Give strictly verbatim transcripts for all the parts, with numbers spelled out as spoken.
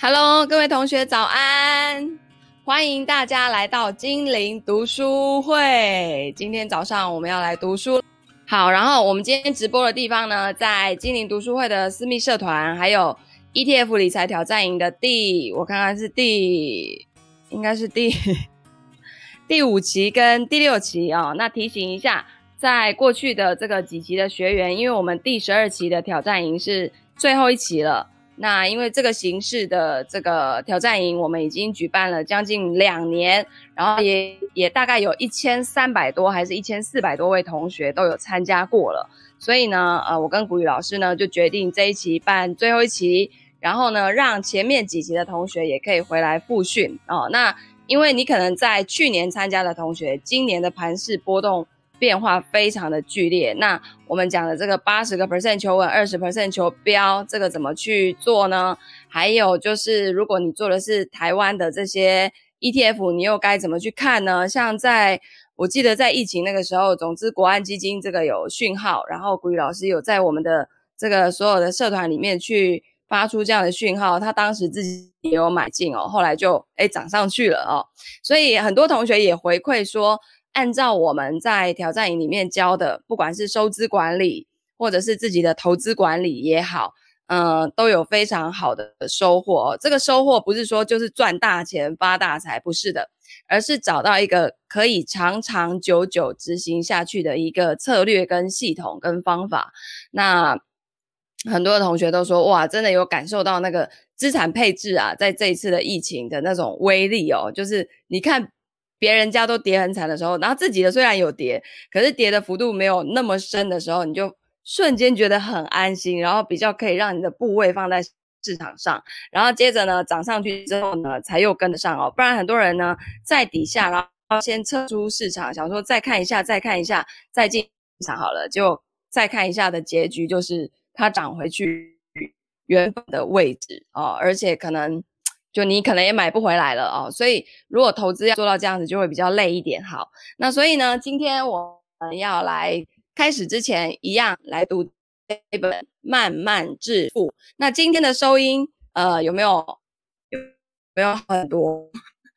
Hello，各位同学早安！欢迎大家来到精灵读书会。今天早上我们要来读书。好，然后我们今天直播的地方呢，在精灵读书会的私密社团，还有 E T F 理财挑战营的第，我看看是第，应该是第第五期跟第六期哦。那提醒一下，在过去的这个几期的学员，因为我们第十二期的挑战营是最后一期了。那因为这个形式的这个挑战营我们已经举办了将近两年，然后也也大概有一千三百多还是一千四百多位同学都有参加过了，所以呢呃我跟古语老师呢就决定这一期办最后一期，然后呢让前面几期的同学也可以回来复训哦。那因为你可能在去年参加的同学，今年的盘势波动变化非常的剧烈，那我们讲的这个 百分之八十 求稳 百分之二十 求标，这个怎么去做呢？还有就是如果你做的是台湾的这些 E T F， 你又该怎么去看呢？像在我记得在疫情那个时候，总之国安基金这个有讯号，然后古语老师有在我们的这个所有的社团里面去发出这样的讯号，他当时自己也有买进哦，后来就诶涨上去了哦。所以很多同学也回馈说，按照我们在挑战营里面教的，不管是收支管理或者是自己的投资管理也好，嗯，都有非常好的收获哦。这个收获不是说就是赚大钱发大财，不是的，而是找到一个可以长长久久执行下去的一个策略跟系统跟方法。那很多的同学都说，哇，真的有感受到那个资产配置啊，在这一次的疫情的那种威力哦，就是你看别人家都跌很惨的时候，然后自己的虽然有跌，可是跌的幅度没有那么深的时候，你就瞬间觉得很安心，然后比较可以让你的部位放在市场上，然后接着呢涨上去之后呢才又跟得上哦。不然很多人呢在底下，然后先撤出市场，想说再看一下再看一下再进场好了，就再看一下的结局就是它涨回去原本的位置哦，而且可能就你可能也买不回来了哦，所以如果投资要做到这样子就会比较累一点。好，那所以呢今天我们要来开始之前一样来读这本《慢慢致富》。那今天的收音呃有没有有没有很多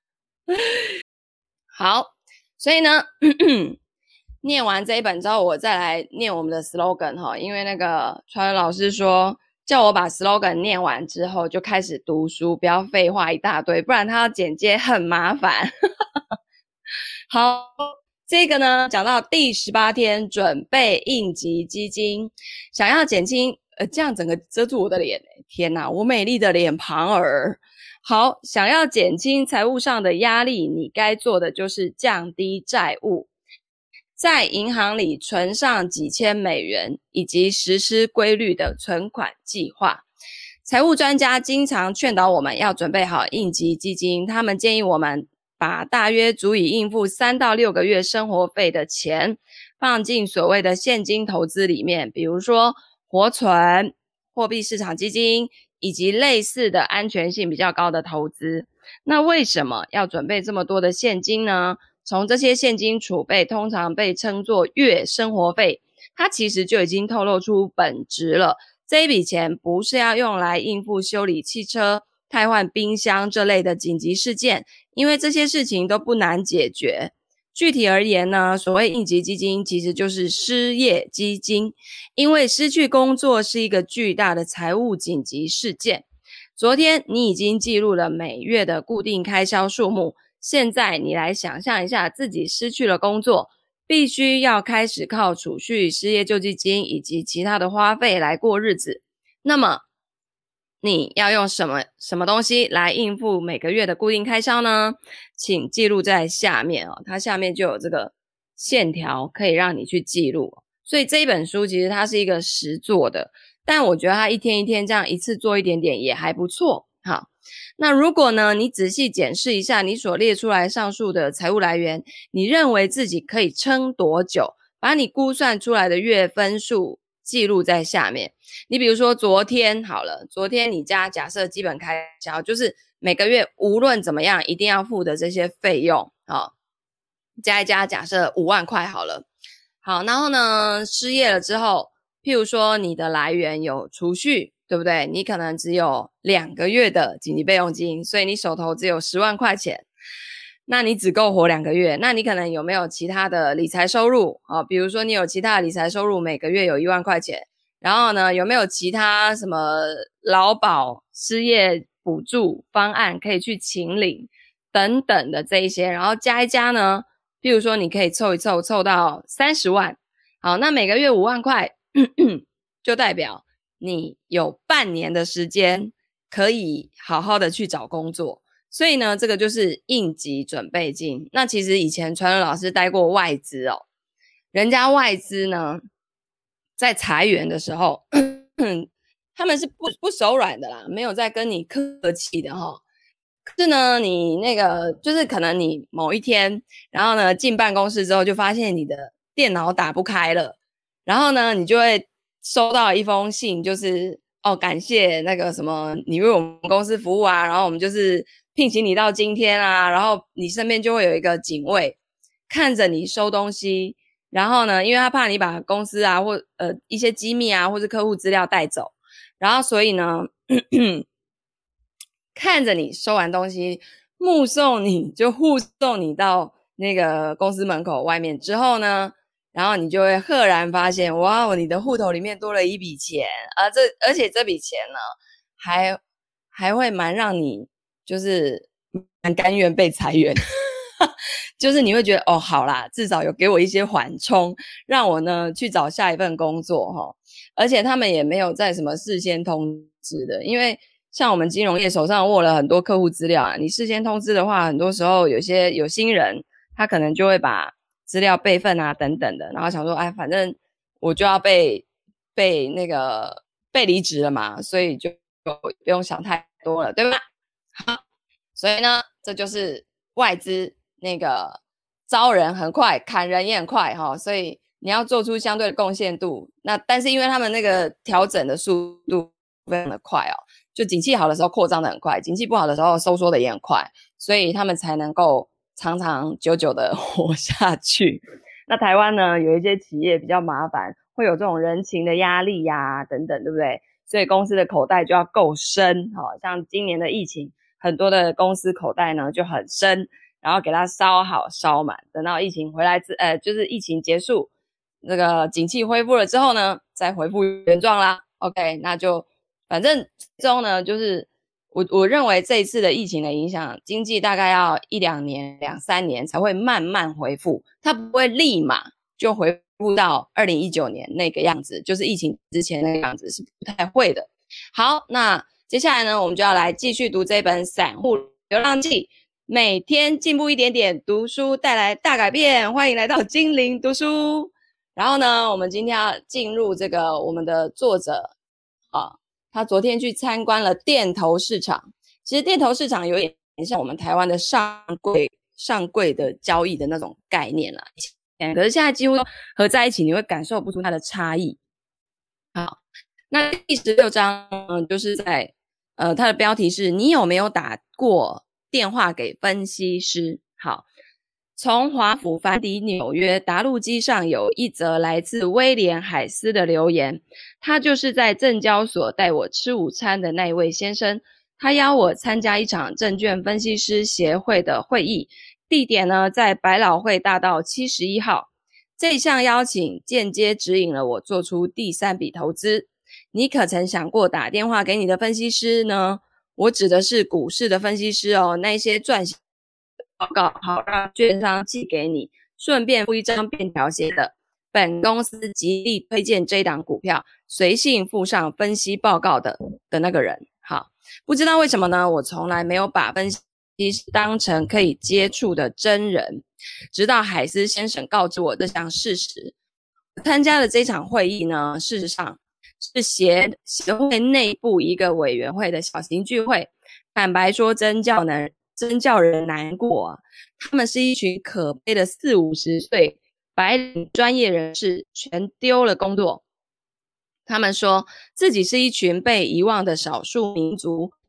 好，所以呢念完这一本之后我再来念我们的 slogan 哈，因为那个传文老师说叫我把 slogan 念完之后就开始读书，不要废话一大堆，不然他要剪接很麻烦好，这个呢讲到第十八天准备应急基金，想要减轻呃这样整个遮住我的脸，天哪，我美丽的脸庞儿。好，想要减轻财务上的压力，你该做的就是降低债务，在银行里存上几千美元，以及实施规律的存款计划。财务专家经常劝导我们要准备好应急基金，他们建议我们把大约足以应付三到六个月生活费的钱放进所谓的现金投资里面，比如说活存、货币市场基金以及类似的安全性比较高的投资。那为什么要准备这么多的现金呢？从这些现金储备通常被称作月生活费，它其实就已经透露出本质了。这一笔钱不是要用来应付修理汽车、汰换冰箱这类的紧急事件，因为这些事情都不难解决。具体而言呢，所谓应急基金其实就是失业基金，因为失去工作是一个巨大的财务紧急事件。昨天你已经记录了每月的固定开销数目，现在你来想象一下自己失去了工作，必须要开始靠储蓄、失业救济金以及其他的花费来过日子。那么你要用什么什么东西来应付每个月的固定开销呢？请记录在下面哦，它下面就有这个线条可以让你去记录。所以这一本书其实它是一个实作的，但我觉得它一天一天这样一次做一点点也还不错。好，那如果呢你仔细检视一下你所列出来上述的财务来源，你认为自己可以撑多久？把你估算出来的月分数记录在下面。你比如说昨天好了，昨天你家假设基本开销就是每个月无论怎么样一定要付的这些费用，好，加一加假设五万块好了。好，然后呢失业了之后，譬如说你的来源有储蓄对不对？你可能只有两个月的紧急备用金，所以你手头只有十万块钱，那你只够活两个月。那你可能有没有其他的理财收入啊？比如说你有其他的理财收入，每个月有一万块钱，然后呢，有没有其他什么劳保、失业补助方案可以去请领等等的这一些，然后加一加呢，比如说你可以凑一凑，凑到三十万，好，那每个月五万块，就代表你有半年的时间可以好好的去找工作。所以呢，这个就是应急准备金。那其实以前传伦老师待过外资哦，人家外资呢在裁员的时候他们是不不手软的啦，没有在跟你客气的齁。可是呢，你那个就是可能你某一天，然后呢进办公室之后就发现你的电脑打不开了，然后呢你就会收到一封信，就是哦感谢那个什么你为我们公司服务啊，然后我们就是聘请你到今天啊，然后你身边就会有一个警卫看着你收东西，然后呢因为他怕你把公司啊或呃一些机密啊或是客户资料带走，然后所以呢看着你收完东西，目送你就护送你到那个公司门口外面之后呢，然后你就会赫然发现，哇，你的户头里面多了一笔钱啊！这而且这笔钱呢，还还会蛮让你就是蛮甘愿被裁员，就是你会觉得哦，好啦，至少有给我一些缓冲，让我呢去找下一份工作哈。而且他们也没有在什么事先通知的，因为像我们金融业手上握了很多客户资料啊，你事先通知的话，很多时候有些有新人他可能就会把资料备份啊等等的，然后想说哎，反正我就要被被那个被离职了嘛，所以就不用想太多了，对吧？好，所以呢这就是外资那个招人很快，砍人也很快齁，所以你要做出相对的贡献度。那但是因为他们那个调整的速度非常的快哦，就景气好的时候扩张的很快，景气不好的时候收缩的也很快，所以他们才能够长长久久的活下去。那台湾呢有一些企业比较麻烦，会有这种人情的压力呀、啊、等等，对不对？所以公司的口袋就要够深，好、哦、像今年的疫情，很多的公司口袋呢就很深，然后给它烧好烧满，等到疫情回来之呃就是疫情结束，那个景气恢复了之后呢，再恢复原状啦。OK， 那就反正最终呢，就是我我认为这一次的疫情的影响，经济大概要一两年、两三年才会慢慢恢复，它不会立马就恢复到二零一九年那个样子，就是疫情之前那个样子是不太会的。好，那接下来呢，我们就要来继续读这本《散户流浪记》，每天进步一点点，读书带来大改变。欢迎来到精灵读书。然后呢，我们今天要进入这个我们的作者啊，他昨天去参观了电投市场。其实电投市场有点像我们台湾的上柜上柜的交易的那种概念啦，可是现在几乎都合在一起，你会感受不出它的差异。好，那第十六章嗯，就是在呃，它的标题是你有没有打过电话给分析师？好。从华府凡迪纽约答录机上有一则来自威廉海斯的留言，他就是在证交所带我吃午餐的那一位先生，他邀我参加一场证券分析师协会的会议，地点呢在百老汇大道七十一号。这项邀请间接指引了我做出第三笔投资。你可曾想过打电话给你的分析师呢？我指的是股市的分析师哦，那些撰写报告好让券商寄给你，顺便附一张便条写的本公司极力推荐这档股票，随信附上分析报告的的那个人。好，不知道为什么呢，我从来没有把分析师当成可以接触的真人，直到海斯先生告知我这项事实。参加的这场会议呢，事实上是协协会内部一个委员会的小型聚会，坦白说真叫人真叫人难过啊！他们是一群可悲的四五十岁白领专业人士，全丢了工作。他们说自己是一群被遗忘的少数民族，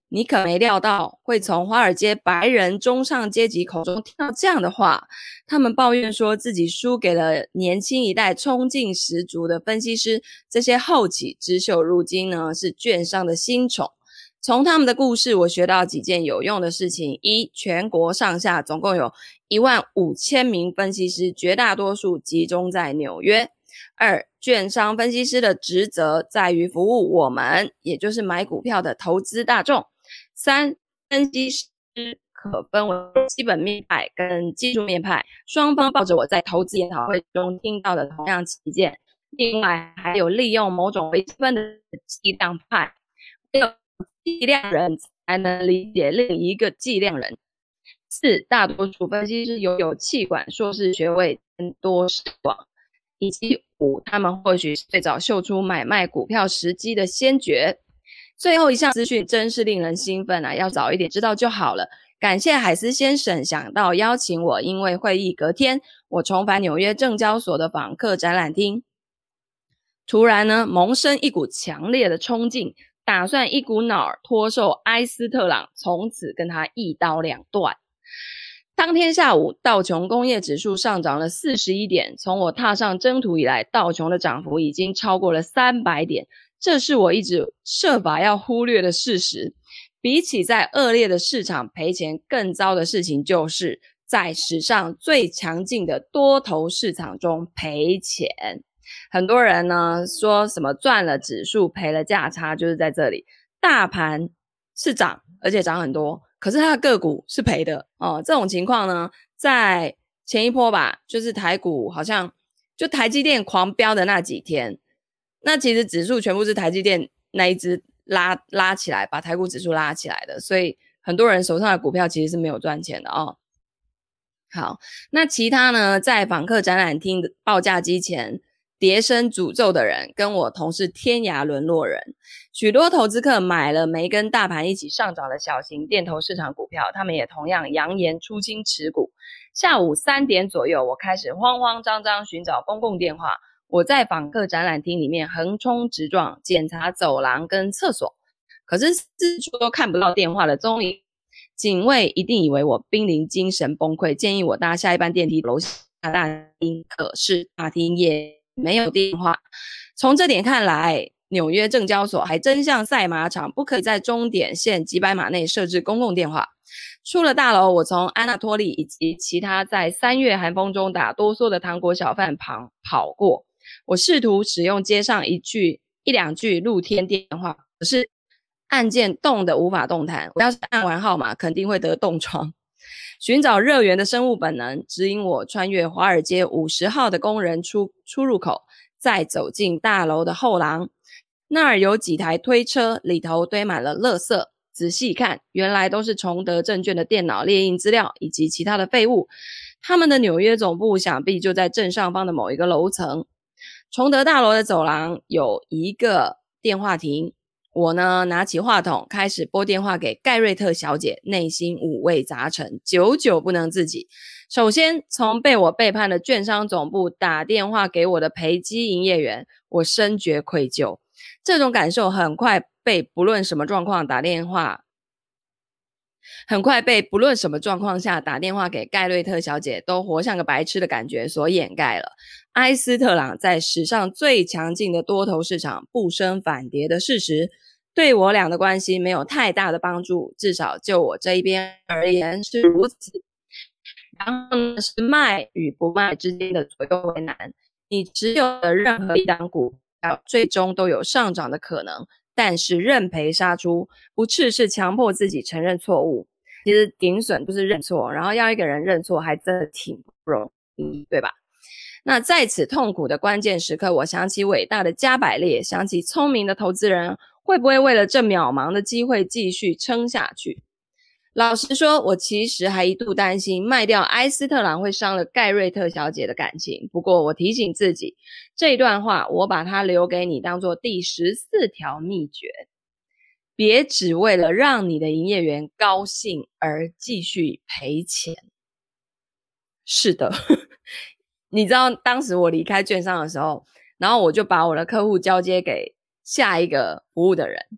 你可没料到会从华尔街白人中上阶级口中听到这样的话。他们抱怨说自己输给了年轻一代冲劲十足的分析师，这些后起之秀如今呢是券商的新宠。从他们的故事我学到几件有用的事情：一，全国上下总共有一万五千名分析师，绝大多数集中在纽约。二，券商分析师的职责在于服务我们，也就是买股票的投资大众。三，分析师可分为基本面派跟技术面派，双方抱着我在投资研讨会中听到的同样起见。另外还有利用某种微积分的计量派，只有计量人才能理解另一个计量人。四，大多数分析师拥有企管硕士学位跟多识广。以及五，他们或许是最早秀出买卖股票时机的先觉。最后一项资讯真是令人兴奋啊，要早一点知道就好了。感谢海斯先生想到邀请我，因为会议隔天我重返纽约证交所的访客展览厅，突然呢萌生一股强烈的冲劲，打算一股脑儿脱售埃斯特朗，从此跟他一刀两断。当天下午，道琼工业指数上涨了四十一点，从我踏上征途以来，道琼的涨幅已经超过了三百点，这是我一直设法要忽略的事实。比起在恶劣的市场赔钱，更糟的事情就是在史上最强劲的多头市场中赔钱。很多人呢说什么赚了指数赔了价差，就是在这里，大盘是涨，而且涨很多，可是它的个股是赔的哦。这种情况呢，在前一波吧，就是台股好像就台积电狂飙的那几天，那其实指数全部是台积电那一只拉拉起来，把台股指数拉起来的，所以很多人手上的股票其实是没有赚钱的哦。好，那其他呢，在访客展览厅的报价机前跌声诅咒的人，跟我同是天涯沦落人。许多投资客买了没跟大盘一起上涨的小型电投市场股票，他们也同样扬言出清持股。下午三点左右，我开始慌慌张张寻找公共电话。我在访客展览厅里面横冲直撞，检查走廊跟厕所，可是四处都看不到电话的踪影。警卫一定以为我濒临精神崩溃，建议我搭下一班电梯楼下大厅，可是大厅也没有电话。从这点看来，纽约证交所还真像赛马场，不可以在终点线几百码内设置公共电话。出了大楼，我从安纳托利以及其他在三月寒风中打哆嗦的糖果小贩旁跑过。我试图使用街上一句一两句露天电话，可是按键动的无法动弹，我要是按完号码肯定会得冻疮。寻找热源的生物本能指引我穿越华尔街五十号的工人出出入口，再走进大楼的后廊。那儿有几台推车，里头堆满了垃圾，仔细看，原来都是崇德证券的电脑列印资料以及其他的废物。他们的纽约总部想必就在正上方的某一个楼层。崇德大楼的走廊有一个电话亭，我呢拿起话筒开始拨电话给盖瑞特小姐，内心五味杂陈，久久不能自己。首先从被我背叛的券商总部打电话给我的培基营业员，我深觉愧疚。这种感受很快被不论什么状况打电话很快被不论什么状况下打电话给盖瑞特小姐都活像个白痴的感觉所掩盖了。埃斯特朗在史上最强劲的多头市场不升反跌的事实，对我俩的关系没有太大的帮助，至少就我这一边而言是如此。然后呢，是卖与不卖之间的左右为难。你持有的任何一档股票最终都有上涨的可能，但是认赔杀出，不啻是强迫自己承认错误。其实顶损不是认错，然后要一个人认错还真的挺不容易，对吧？那在此痛苦的关键时刻，我想起伟大的加百列，想起聪明的投资人会不会为了这渺茫的机会继续撑下去。老实说，我其实还一度担心卖掉埃斯特朗会伤了盖瑞特小姐的感情。不过我提醒自己，这段话我把它留给你当做第十四条秘诀：别只为了让你的营业员高兴而继续赔钱。是的，你知道当时我离开券商的时候，然后我就把我的客户交接给下一个服务的人。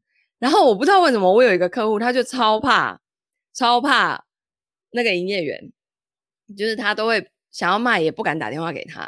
然后我不知道为什么我有一个客户，他就超怕超怕那个营业员，就是他都会想要卖也不敢打电话给他。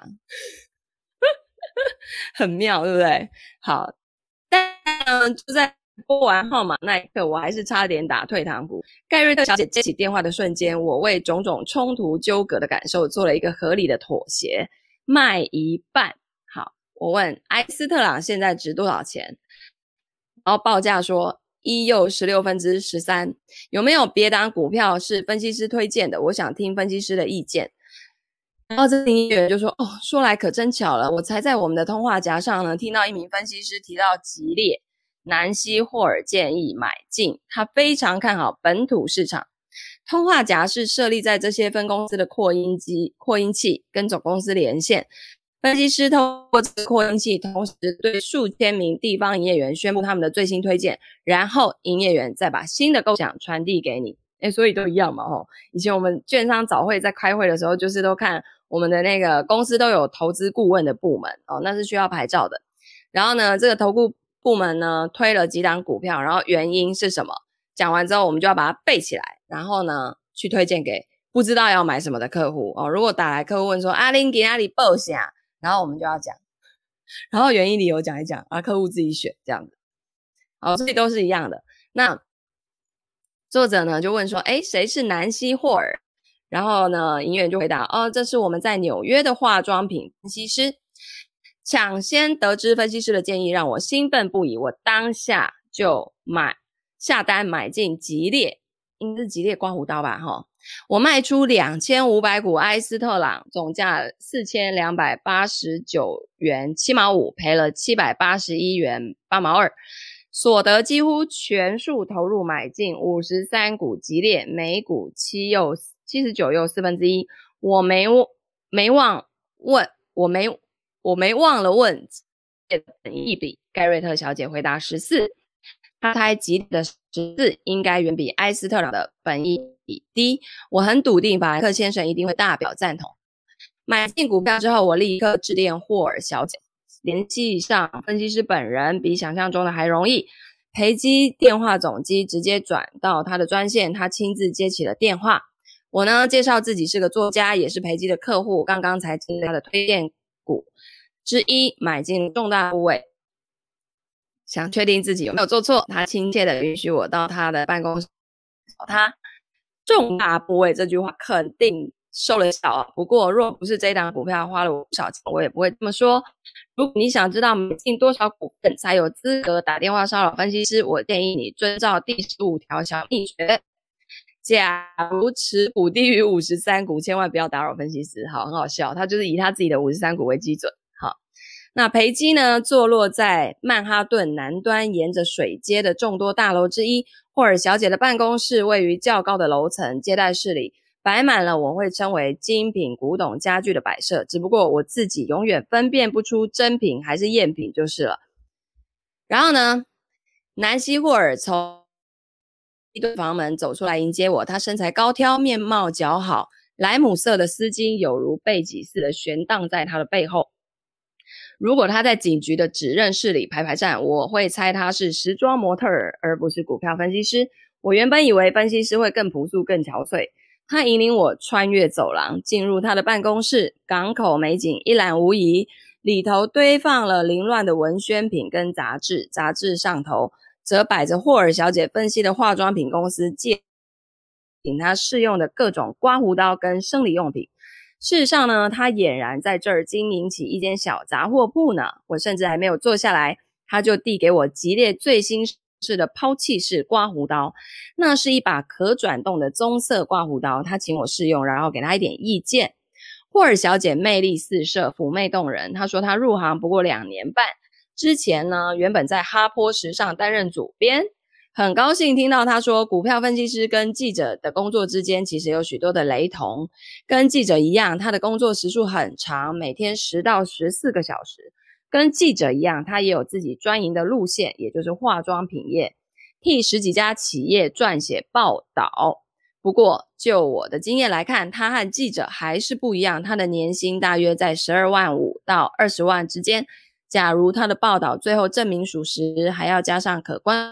很妙对不对？好，但呢就在拨完号码那一刻，我还是差点打退堂鼓。盖瑞特小姐接起电话的瞬间，我为种种冲突纠葛的感受做了一个合理的妥协，卖一半。好，我问埃斯特朗现在值多少钱，然后报价说一又十六分之十三，有没有别档股票是分析师推荐的？我想听分析师的意见。然后这营业员就说，哦，说来可真巧了，我才在我们的通话夹上呢听到一名分析师提到吉列，南希霍尔建议买进，他非常看好本土市场。通话夹是设立在这些分公司的扩音机、扩音器跟总公司连线，分析师透过这个扩音器，同时对数千名地方营业员宣布他们的最新推荐，然后营业员再把新的构想传递给你。诶，所以都一样嘛齁。以前我们券商早会在开会的时候，就是都看我们的那个公司都有投资顾问的部门哦，那是需要牌照的。然后呢，这个投顾部门呢推了几档股票，然后原因是什么？讲完之后，我们就要把它背起来，然后呢去推荐给不知道要买什么的客户哦。如果打来客户问说阿玲给哪里报啥，然后我们就要讲，然后原因理由讲一讲，啊，客户自己选这样子。好，所以都是一样的。那作者呢就问说，诶，谁是南希霍尔？然后呢，营业员就回答，哦，这是我们在纽约的化妆品分析师。抢先得知分析师的建议，让我兴奋不已。我当下就买下单买进吉列，应该是吉列刮胡刀吧，齁。我卖出两千五百股埃斯特朗，总价四千两百八十九元七毛五，赔了七百八十一元八毛二。所得几乎全数投入买进五十三股吉列，每股七又七十九又四分之一。我没没忘问，我没我没忘了问本益比，盖瑞特小姐回答十四。她猜吉列的十四应该远比埃斯特朗的本益比低。我很笃定法兰克先生一定会大表赞同。买进股票之后，我立刻致电霍尔小姐。联系上分析师本人比想象中的还容易，裴基电话总机直接转到他的专线，他亲自接起了电话。我呢介绍自己是个作家，也是裴基的客户，刚刚才进他的推荐股之一，买进重大部位，想确定自己有没有做错。他亲切的允许我到他的办公室找他。重大部位这句话肯定受了小啊，不过若不是这一档股票花了我不少钱，我也不会这么说。如果你想知道买进多少股份才有资格打电话骚扰分析师，我建议你遵照第十五条小秘诀。假如持股低于五十三股，千万不要打扰分析师。好，很好笑，他就是以他自己的五十三股为基准。好，那裴基呢，坐落在曼哈顿南端，沿着水街的众多大楼之一。霍尔小姐的办公室位于较高的楼层，接待室里摆满了我会称为精品古董家具的摆设，只不过我自己永远分辨不出真品还是赝品就是了。然后呢，南希霍尔从一对房门走出来迎接我，她身材高挑，面貌姣好，莱姆色的丝巾有如背脊似的悬荡在她的背后。如果她在警局的指认室里排排站，我会猜她是时装模特儿，而不是股票分析师。我原本以为分析师会更朴素更憔悴。他引领我穿越走廊，进入他的办公室，港口美景一览无遗，里头堆放了凌乱的文宣品跟杂志，杂志上头则摆着霍尔小姐分析的化妆品公司借请他试用的各种刮胡刀跟生理用品。事实上呢，他俨然在这儿经营起一间小杂货铺呢。我甚至还没有坐下来，他就递给我吉列最新式的抛弃式刮胡刀，那是一把可转动的棕色刮胡刀，他请我试用，然后给他一点意见。霍尔小姐魅力四射，妩媚动人。她说她入行不过两年半，之前呢原本在哈坡时尚担任主编。很高兴听到她说，股票分析师跟记者的工作之间其实有许多的雷同。跟记者一样，她的工作时数很长，每天十到十四个小时。跟记者一样，他也有自己专营的路线，也就是化妆品业，替十几家企业撰写报道。不过就我的经验来看，他和记者还是不一样，他的年薪大约在十二万五到二十万之间。假如他的报道最后证明属实，还要加上可观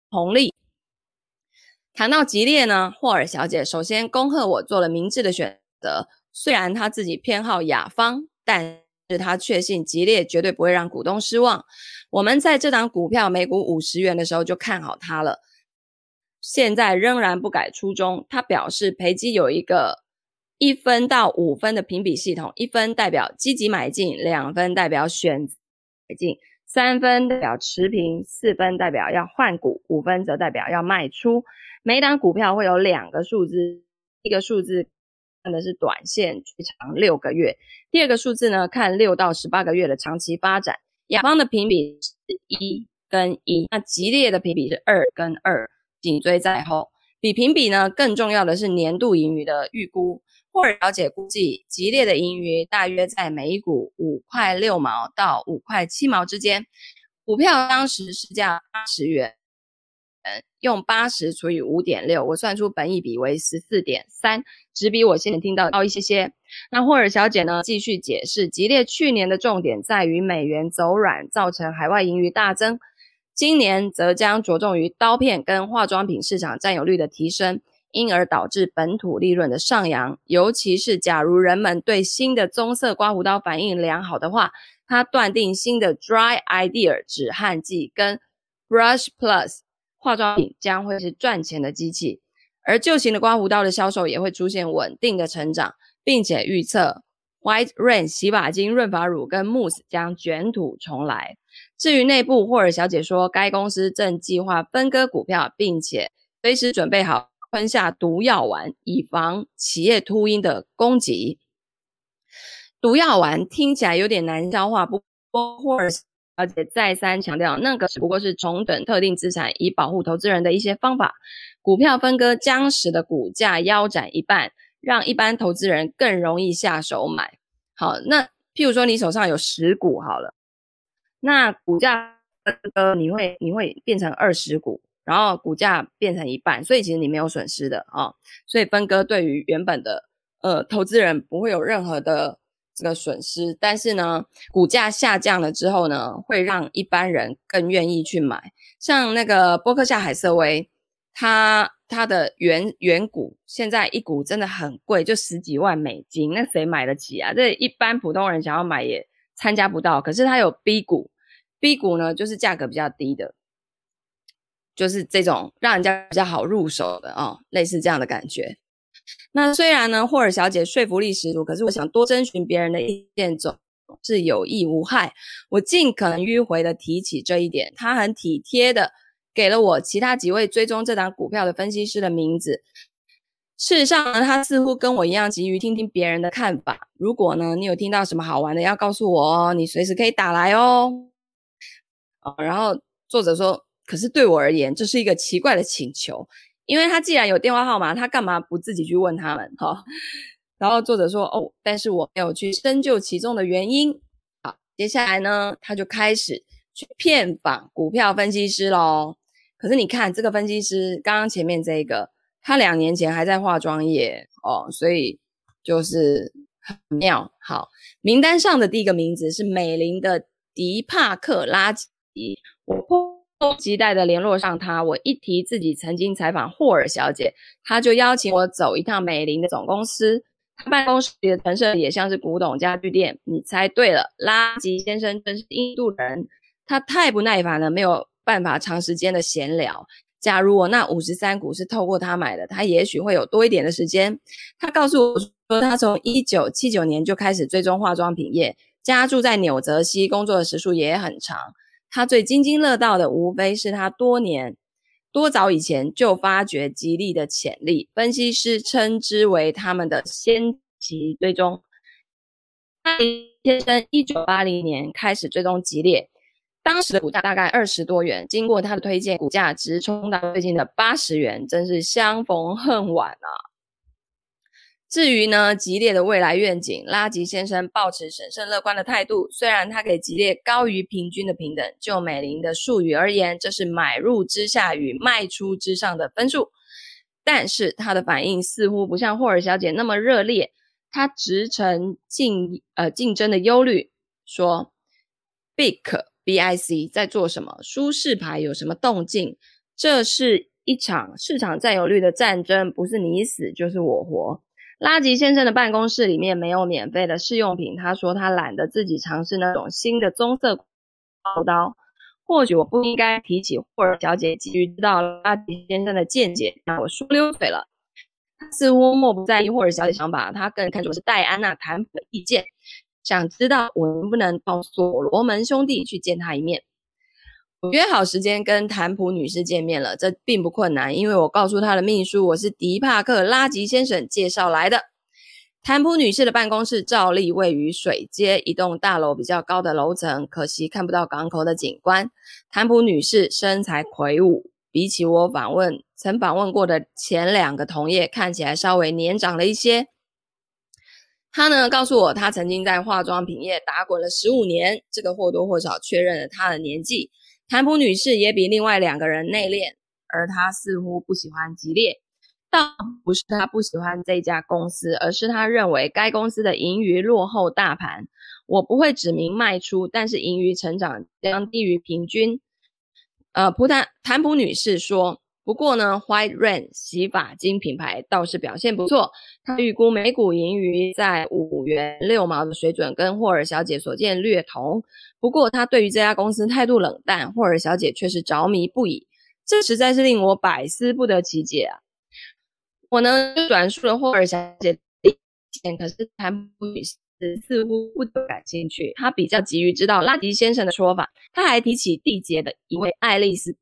红利。谈到吉列呢，霍尔小姐首先恭贺我做了明智的选择，虽然她自己偏好雅芳，但是她确信吉列绝对不会让股东失望。我们在这档股票每股五十元的时候就看好它了，现在仍然不改初衷。他表示培基有一个一分到五分的评比系统，一分代表积极买进，两分代表选买进，三分代表持平，四分代表要换股，五分则代表要卖出。每档股票会有两个数字，一个数字看的是短线最长六个月，第二个数字呢看六到十八个月的长期发展。雅芳的评比是一跟一，那吉列的评比是二跟二，紧追在后。比评比呢更重要的是年度盈余的预估。霍尔小姐估计吉列的盈余大约在每股五块六毛到五块七毛之间，股票当时市价八十元，用八十除以 五点六， 我算出本益比为 十四点三， 只比我现在听到高一些些。那霍尔小姐呢继续解释，吉列去年的重点在于美元走软造成海外盈余大增，今年则将着重于刀片跟化妆品市场占有率的提升，因而导致本土利润的上扬。尤其是假如人们对新的棕色刮胡刀反应良好的话，他断定新的 Dry Idea 止汗剂跟 Brush Plus 化妆品将会是赚钱的机器，而旧型的刮胡刀的销售也会出现稳定的成长，并且预测 White Rain 洗发精、润发乳跟 Mousse 将卷土重来。至于内部，霍尔小姐说该公司正计划分割股票，并且随时准备好吞下毒药丸，以防企业秃鹰的攻击。毒药丸听起来有点难消化，不过霍尔小姐再三强调，那个只不过是重整特定资产以保护投资人的一些方法。股票分割将使得股价腰斩一半，让一般投资人更容易下手买。好，那譬如说你手上有十股好了，那股价分割你会你会变成二十股，然后股价变成一半，所以其实你没有损失的啊、哦。所以分割对于原本的呃投资人不会有任何的这个损失，但是呢，股价下降了之后呢，会让一般人更愿意去买。像那个波克夏海瑟薇，它它的原原股现在一股真的很贵，就十几万美金，那谁买得起啊？这一般普通人想要买也参加不到。可是它有 B 股 ，B 股呢就是价格比较低的，就是这种让人家比较好入手的哦，类似这样的感觉。那虽然呢，霍尔小姐说服力十足，可是我想多征询别人的意见总是有益无害。我尽可能迂回的提起这一点，她很体贴的给了我其他几位追踪这档股票的分析师的名字。事实上呢，她似乎跟我一样急于听听别人的看法。如果呢，你有听到什么好玩的要告诉我哦，你随时可以打来哦。哦然后作者说，可是对我而言，这是一个奇怪的请求。因为他既然有电话号码，他干嘛不自己去问他们、哦、然后作者说哦，但是我没有去深究其中的原因。好，接下来呢，他就开始去遍访股票分析师咯。可是你看这个分析师，刚刚前面这个，他两年前还在化妆业哦，所以就是很妙。好，名单上的第一个名字是美林的迪帕克拉吉，我迫不及待的联络上他，我一提自己曾经采访霍尔小姐，他就邀请我走一趟美林的总公司。他办公室里的陈设也像是古董家具店。你猜对了，拉吉先生真是印度人，他太不耐烦了，没有办法长时间的闲聊。假如我那五十三股是透过他买的，他也许会有多一点的时间。他告诉我说，他从一九七九年就开始追踪化妆品业，家住在纽泽西，工作的时数也很长。他最津津乐道的无非是他多年多早以前就发掘吉利的潜力，分析师称之为他们的先期追踪。拉吉先生一九八零年开始追踪吉列，当时的股价大概二十多元，经过他的推荐，股价直冲到最近的八十元，真是相逢恨晚啊。至于呢，吉列的未来愿景，拉吉先生抱持审慎乐观的态度。虽然他给吉列高于平均的平等，就美林的术语而言，这是买入之下与卖出之上的分数，但是他的反应似乎不像霍尔小姐那么热烈。他直陈竞呃竞争的忧虑，说 B I C B I C 在做什么，舒适牌有什么动静， 这是一场市场占有率的战争，不是你死就是我活。拉吉先生的办公室里面没有免费的试用品，他说他懒得自己尝试那种新的棕色刀刀。或许我不应该提起霍尔小姐急于知道拉吉先生的见解，让我说溜嘴了。他似乎漠不在意霍尔小姐想法，他更看重是戴安娜谈普的意见，想知道我能不能到所罗门兄弟去见他一面。我约好时间跟谭普女士见面了，这并不困难，因为我告诉她的秘书我是迪帕克拉吉先生介绍来的。谭普女士的办公室照例位于水街一栋大楼比较高的楼层，可惜看不到港口的景观。谭普女士身材魁梧，比起我访问曾访问过的前两个同业，看起来稍微年长了一些。她呢告诉我，她曾经在化妆品业打滚了十五年，这个或多或少确认了她的年纪。谭普女士也比另外两个人内敛，而她似乎不喜欢激烈。倒不是她不喜欢这家公司，而是她认为该公司的盈余落后大盘。我不会指明卖出，但是盈余成长将低于平均。呃，普谭谭普女士说，不过呢 White Rain 洗发精品牌倒是表现不错，她预估每股盈余在五元六毛的水准，跟霍尔小姐所见略同。不过她对于这家公司态度冷淡，霍尔小姐却是着迷不已，这实在是令我百思不得其解啊。我呢就转述了霍尔小姐的意见，可是谭普女士似乎不感兴趣，她比较急于知道拉吉先生的说法。她还提起缔结的一位爱丽丝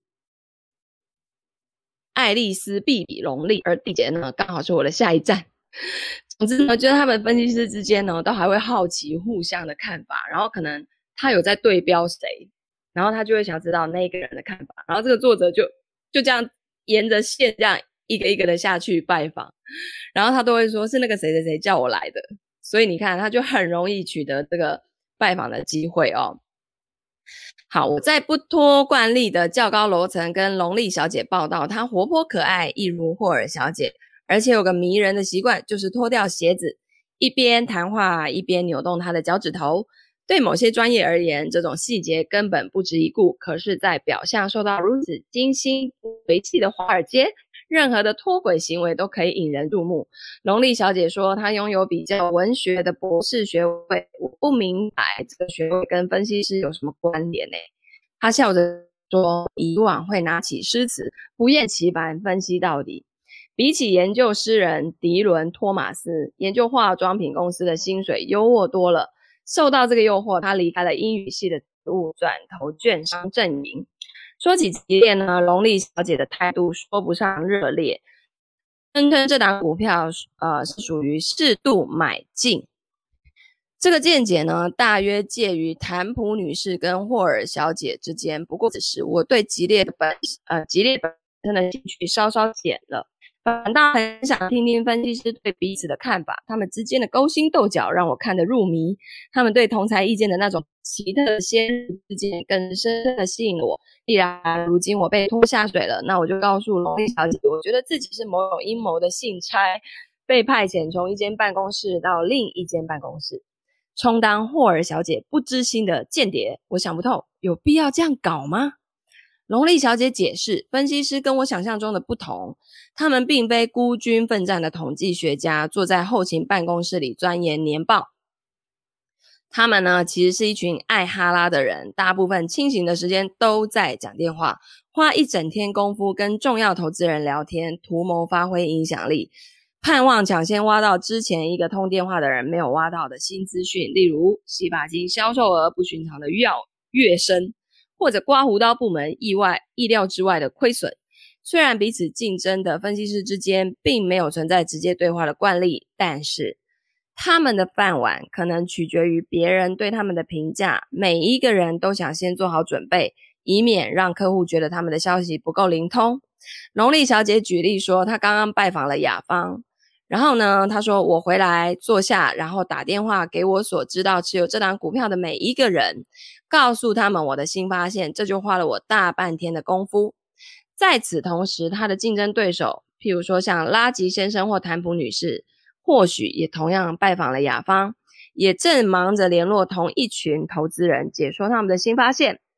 爱丽丝毕比隆利，而缔结呢刚好是我的下一站。总之呢，觉得他们分析师之间呢都还会好奇互相的看法，然后可能他有在对标谁，然后他就会想知道那个人的看法，然后这个作者就就这样沿着线这样一个一个的下去拜访，然后他都会说是那个谁谁谁叫我来的，所以你看他就很容易取得这个拜访的机会哦。好，我在不脱惯例的较高楼层跟龙丽小姐报道，她活泼可爱，一如霍尔小姐，而且有个迷人的习惯，就是脱掉鞋子，一边谈话一边扭动她的脚趾头。对某些专业而言，这种细节根本不值一顾，可是在表象受到如此精心维系的华尔街，任何的脱轨行为都可以引人注目。龙丽小姐说，她拥有比较文学的博士学位，我不明白这个学位跟分析师有什么关联呢？她笑着说，以往会拿起诗词，不厌其烦分析到底。比起研究诗人迪伦·托马斯，研究化妆品公司的薪水优渥多了。受到这个诱惑，她离开了英语系的职务，转投券商阵营。说起激烈呢，龙丽小姐的态度说不上热烈，声称这档股票呃是属于适度买进。这个见解呢，大约介于谭普女士跟霍尔小姐之间。不过此时我对激烈的本呃激烈本身的兴趣稍稍减了，反倒很想听听分析师对彼此的看法。他们之间的勾心斗角让我看得入迷，他们对同侪意见的那种奇特的先入之见更深深的吸引了我。既然如今我被拖下水了，那我就告诉龙丽小姐，我觉得自己是某种阴谋的信差，被派遣从一间办公室到另一间办公室，充当霍尔小姐不知心的间谍。我想不透，有必要这样搞吗？龙丽小姐解释，分析师跟我想象中的不同，他们并非孤军奋战的统计学家，坐在后勤办公室里钻研年报。他们呢，其实是一群爱哈拉的人，大部分清醒的时间都在讲电话，花一整天功夫跟重要投资人聊天，图谋发挥影响力，盼望抢先挖到之前一个通电话的人没有挖到的新资讯，例如洗发精销售额不寻常的跃升，或者刮胡刀部门意外意料之外的亏损。虽然彼此竞争的分析师之间并没有存在直接对话的惯例，但是他们的饭碗可能取决于别人对他们的评价。每一个人都想先做好准备，以免让客户觉得他们的消息不够灵通。龙丽小姐举例说，她刚刚拜访了雅芳，然后呢，她说我回来坐下，然后打电话给我所知道持有这档股票的每一个人，告诉他们我的新发现，这就花了我大半天的功夫。在此同时，她的竞争对手，譬如说像拉吉先生或谭普女士，或许也同样拜访了雅芳，也正忙着联络同一群投资人，解说他们的新发现。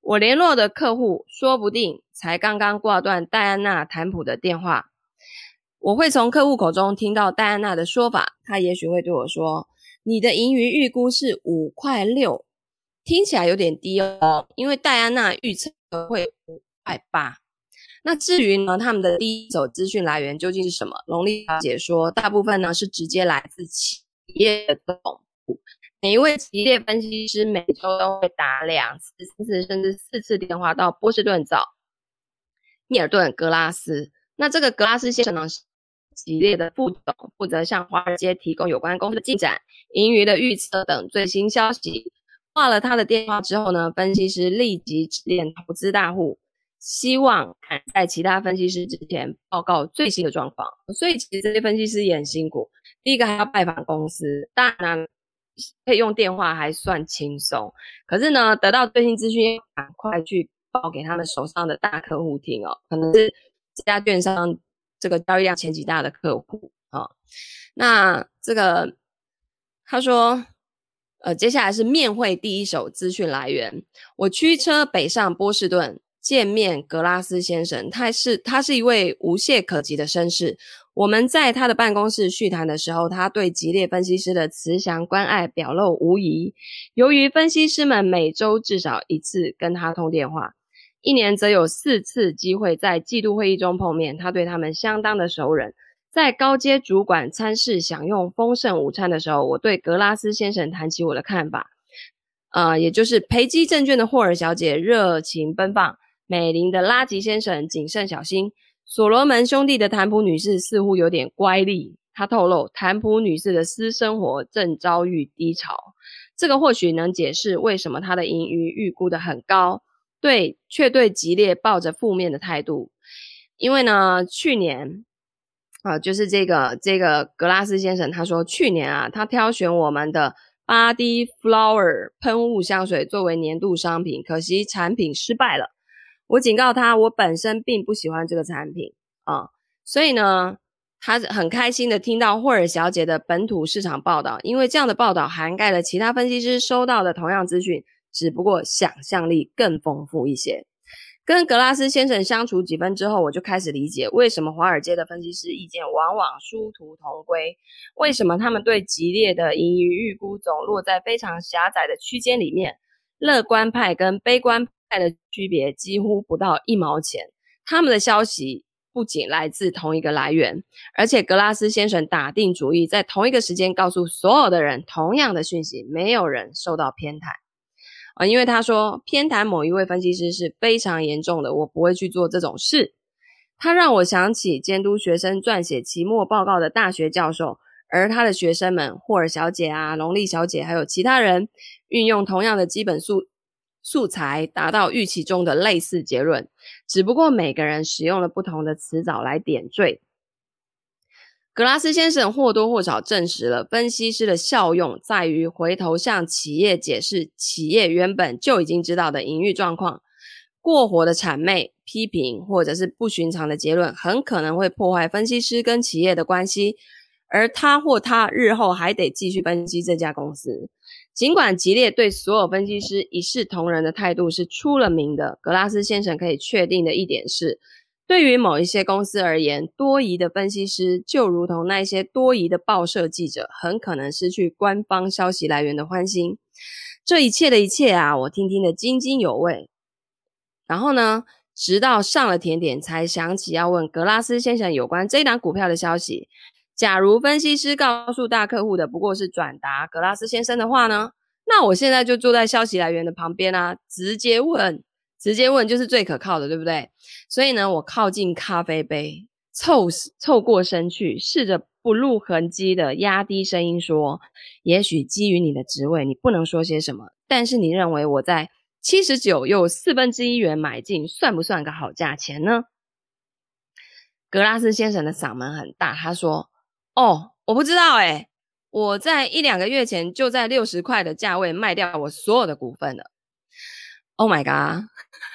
我联络的客户说不定才刚刚挂断戴安娜谈普的电话，我会从客户口中听到戴安娜的说法，她也许会对我说，你的盈余预估是五块六，听起来有点低哦，因为戴安娜预测会五块八。那至于呢，他们的第一手资讯来源究竟是什么？龙丽小姐说，大部分呢是直接来自企业的总部。每一位企业分析师每周都会打两次、三次甚至四次电话到波士顿找密尔顿·格拉斯。那这个格拉斯先生呢是企业的副总，负责向华尔街提供有关公司的进展、盈余的预测等最新消息。挂了他的电话之后呢，分析师立即致电投资大户，希望赶在其他分析师之前报告最新的状况。所以其实这些分析师也很辛苦，第一个还要拜访公司，当然呢可以用电话还算轻松，可是呢得到最新资讯要赶快去报给他们手上的大客户听哦，可能是这家券商这个交易量前几大的客户啊、哦。那这个他说呃，接下来是面会第一手资讯来源，我驱车北上波士顿见面格拉斯先生，他是他是一位无懈可击的绅士。我们在他的办公室叙谈的时候，他对吉列分析师的慈祥关爱表露无遗。由于分析师们每周至少一次跟他通电话，一年则有四次机会在季度会议中碰面，他对他们相当的熟人。在高阶主管参事享用丰盛午餐的时候，我对格拉斯先生谈起我的看法，呃，也就是培基证券的霍尔小姐热情奔放，美林的拉吉先生谨慎小心，所罗门兄弟的谭普女士似乎有点乖戾。他透露，谭普女士的私生活正遭遇低潮，这个或许能解释为什么她的盈余预估得很高，对，却对吉列抱着负面的态度。因为呢，去年啊，就是这个这个格拉斯先生他说，去年啊，他挑选我们的 Body Flower 喷雾香水作为年度商品，可惜产品失败了。我警告他，我本身并不喜欢这个产品啊，所以呢，他很开心的听到霍尔小姐的本土市场报道，因为这样的报道涵盖了其他分析师收到的同样资讯，只不过想象力更丰富一些。跟格拉斯先生相处几分之后，我就开始理解为什么华尔街的分析师意见往往殊途同归，为什么他们对吉列的盈余预估总落在非常狭窄的区间里面，乐观派跟悲观派的区别几乎不到一毛钱。他们的消息不仅来自同一个来源，而且格拉斯先生打定主意在同一个时间告诉所有的人同样的讯息，没有人受到偏袒。呃，因为他说偏袒某一位分析师是非常严重的，我不会去做这种事。他让我想起监督学生撰写期末报告的大学教授，而他的学生们霍尔小姐啊、龙丽小姐还有其他人运用同样的基本素素材达到预期中的类似结论，只不过每个人使用了不同的词藻来点缀。格拉斯先生或多或少证实了分析师的效用在于回头向企业解释企业原本就已经知道的盈余状况。过火的谄媚、批评或者是不寻常的结论很可能会破坏分析师跟企业的关系，而他或他日后还得继续分析这家公司。尽管吉列对所有分析师一视同仁的态度是出了名的，格拉斯先生可以确定的一点是，对于某一些公司而言，多疑的分析师就如同那些多疑的报社记者，很可能失去官方消息来源的欢心。这一切的一切啊，我听听得津津有味。然后呢，直到上了甜点才想起要问格拉斯先生有关这档股票的消息。假如分析师告诉大客户的不过是转达格拉斯先生的话呢，那我现在就坐在消息来源的旁边啊，直接问。直接问就是最可靠的，对不对？所以呢，我靠近咖啡杯，凑凑过身去，试着不露痕迹的压低声音说，也许基于你的职位，你不能说些什么，但是你认为我在七十九又四分之一元买进，算不算个好价钱呢？格拉斯先生的嗓门很大，他说，哦，我不知道诶，我在一两个月前就在六十块的价位卖掉我所有的股份了。Oh my god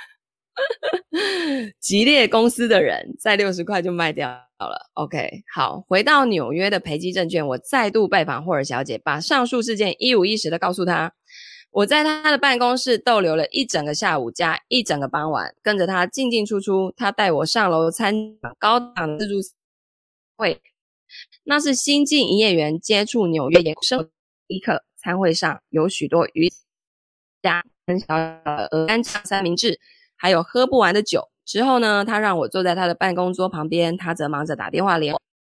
吉列公司的人在六十块就卖掉了。 OK， 好，回到纽约的培基证券，我再度拜访霍尔小姐，把上述事件一五一十的告诉她。 我在他的办公室逗留了一整个下午加一整个傍晚，跟着他进进出出，他带我上楼参高档自助会，那是新进营业员接触纽约野生的第一课。餐会上有许多鱼虾、很小的鹅肝酱三明治，还有喝不完的酒。之后呢，他让我坐在他的办公桌旁边，他则忙着打电话联络。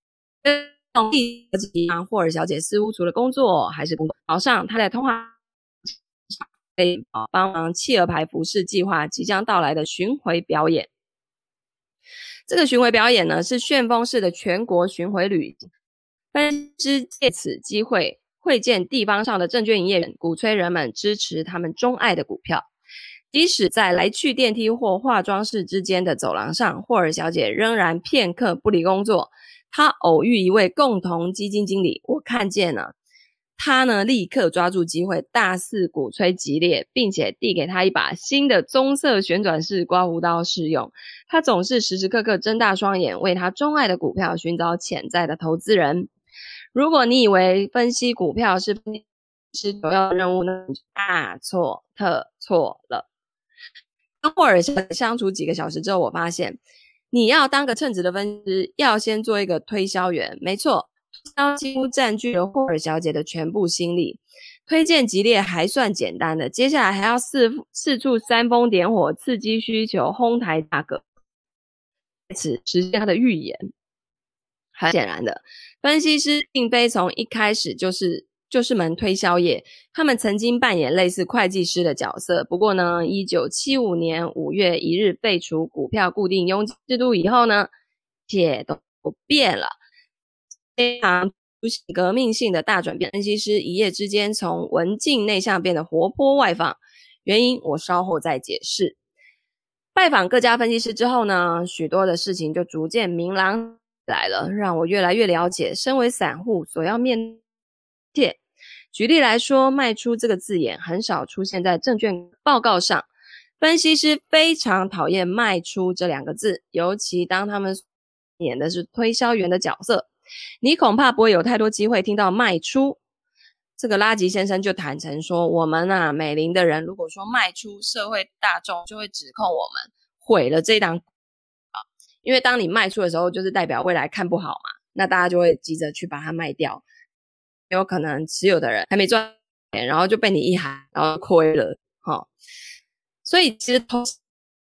霍尔小姐似乎除了工作还是工作。早上，她在通话被帮忙企鹅牌服饰计划即将到来的巡回表演。这个巡回表演呢，是旋风式的全国巡回旅行，分支借此机会会见地方上的证券营业员，鼓吹人们支持他们钟爱的股票。即使在来去电梯或化妆室之间的走廊上，霍尔小姐仍然片刻不离工作。她偶遇一位共同基金经理，我看见了，他呢立刻抓住机会，大肆鼓吹激烈，并且递给他一把新的棕色旋转式刮胡刀试用。他总是时时刻刻睁大双眼，为他钟爱的股票寻找潜在的投资人。如果你以为分析股票是分析师首要的任务呢，大错特错了。跟霍尔相处几个小时之后，我发现你要当个称职的分析师，要先做一个推销员。没错，推销几乎占据了霍尔小姐的全部心力。推荐激烈还算简单的，接下来还要四四处煽风点火，刺激需求，哄抬价格，在此实现他的预言。很显然的，分析师并非从一开始就是就是门推销业，他们曾经扮演类似会计师的角色。不过呢，一九七五年五月一日废除股票固定佣金制度以后呢，一切都变了，非常革命性的大转变。分析师一夜之间从文静内向变得活泼外放，原因我稍后再解释。拜访各家分析师之后呢，许多的事情就逐渐明朗来了，让我越来越了解身为散户所要面对。举例来说，卖出这个字眼很少出现在证券报告上，分析师非常讨厌卖出这两个字，尤其当他们演的是推销员的角色，你恐怕不会有太多机会听到卖出。这个拉吉先生就坦诚说，我们啊美林的人如果说卖出，社会大众就会指控我们毁了这一档，因为当你卖出的时候，就是代表未来看不好嘛，那大家就会急着去把它卖掉。有可能持有的人还没赚钱，然后就被你一喊，然后亏了。哦、所以其实投资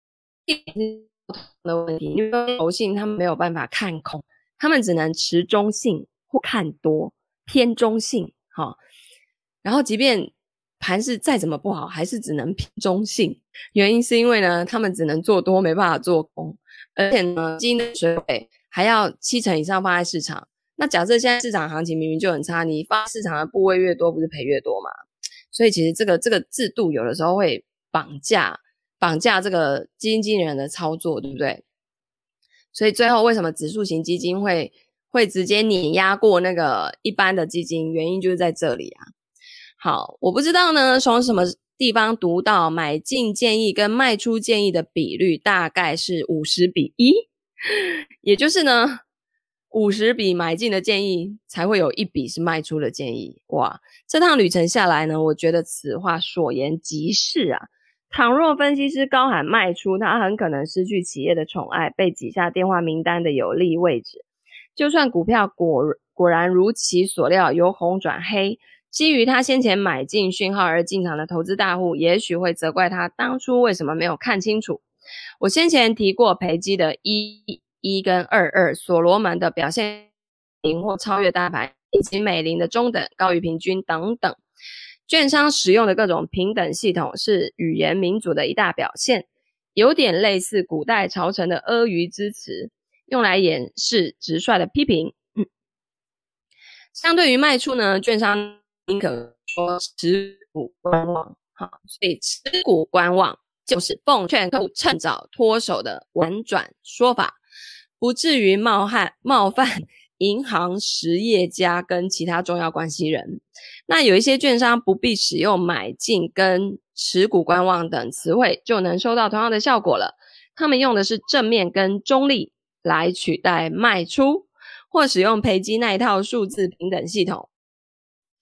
的问题，因为投信他们没有办法看空，他们只能持中性或看多，偏中性。哦、然后即便盘势再怎么不好，还是只能偏中性。原因是因为呢，他们只能做多，没办法做空。而且呢，基金的水位还要七成以上放在市场。那假设现在市场行情明明就很差，你放市场的部位越多，不是赔越多吗？所以其实这个这个制度有的时候会绑架绑架这个基金经理人的操作，对不对？所以最后为什么指数型基金会会直接碾压过那个一般的基金，原因就是在这里啊。好，我不知道呢从什么地方读到买进建议跟卖出建议的比率大概是五十比一，也就是呢五十笔买进的建议才会有一笔是卖出的建议。哇，这趟旅程下来呢，我觉得此话所言极是啊。倘若分析师高喊卖出，他很可能失去企业的宠爱，被挤下电话名单的有利位置。就算股票果果然如其所料由红转黑，基于他先前买进讯号而进场的投资大户，也许会责怪他当初为什么没有看清楚。我先前提过培基的一一跟二二，所罗门的表现零或超越大盘，以及美林的中等高于平均等等。券商使用的各种平等系统是语言民主的一大表现，有点类似古代朝臣的阿谀之词，用来掩饰直率的批评。嗯、相对于卖出呢，券商宁可说持股观望。好，所以持股观望就是奉劝客户趁早脱手的婉转说法，不至于冒犯冒犯银行实业家跟其他重要关系人。那有一些券商不必使用买进跟持股观望等词汇，就能收到同样的效果了。他们用的是正面跟中立来取代卖出，或使用培基那一套数字平等系统。